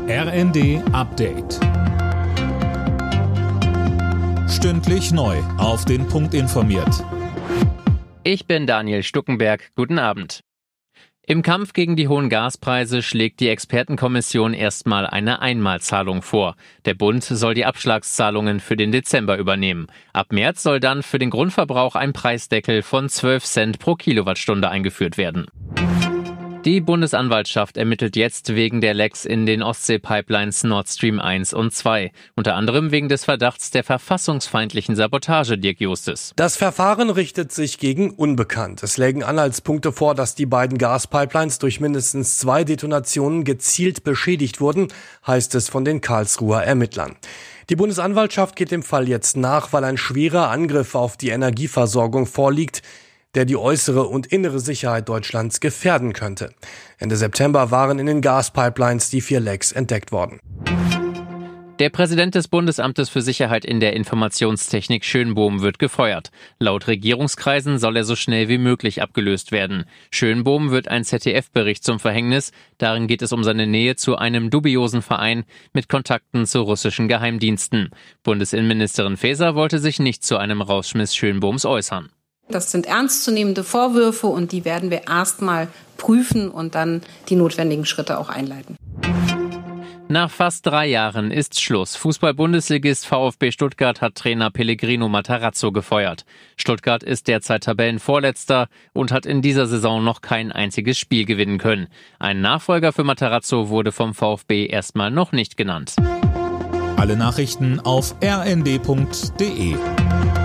RND Update. Stündlich neu auf den Punkt informiert. Ich bin Daniel Stuckenberg. Guten Abend. Im Kampf gegen die hohen Gaspreise schlägt die Expertenkommission erstmal eine Einmalzahlung vor. Der Bund soll die Abschlagszahlungen für den Dezember übernehmen. Ab März soll dann für den Grundverbrauch ein Preisdeckel von 12 Cent pro Kilowattstunde eingeführt werden. Die Bundesanwaltschaft ermittelt jetzt wegen der Lecks in den Ostsee-Pipelines Nord Stream 1 und 2. Unter anderem wegen des Verdachts der verfassungsfeindlichen Sabotage, Dirk Justus. Das Verfahren richtet sich gegen Unbekannt. Es lägen Anhaltspunkte vor, dass die beiden Gaspipelines durch mindestens 2 Detonationen gezielt beschädigt wurden, heißt es von den Karlsruher Ermittlern. Die Bundesanwaltschaft geht dem Fall jetzt nach, weil ein schwerer Angriff auf die Energieversorgung vorliegt, der die äußere und innere Sicherheit Deutschlands gefährden könnte. Ende September waren in den Gaspipelines die 4 Lecks entdeckt worden. Der Präsident des Bundesamtes für Sicherheit in der Informationstechnik Schönbohm wird gefeuert. Laut Regierungskreisen soll er so schnell wie möglich abgelöst werden. Schönbohm wird ein ZDF-Bericht zum Verhängnis. Darin geht es um seine Nähe zu einem dubiosen Verein mit Kontakten zu russischen Geheimdiensten. Bundesinnenministerin Faeser wollte sich nicht zu einem Rausschmiss Schönbohms äußern. Das sind ernstzunehmende Vorwürfe und die werden wir erstmal prüfen und dann die notwendigen Schritte auch einleiten. Nach fast 3 Jahren ist Schluss. Fußball-Bundesligist VfB Stuttgart hat Trainer Pellegrino Matarazzo gefeuert. Stuttgart ist derzeit Tabellenvorletzter und hat in dieser Saison noch kein einziges Spiel gewinnen können. Ein Nachfolger für Matarazzo wurde vom VfB erstmal noch nicht genannt. Alle Nachrichten auf rnd.de.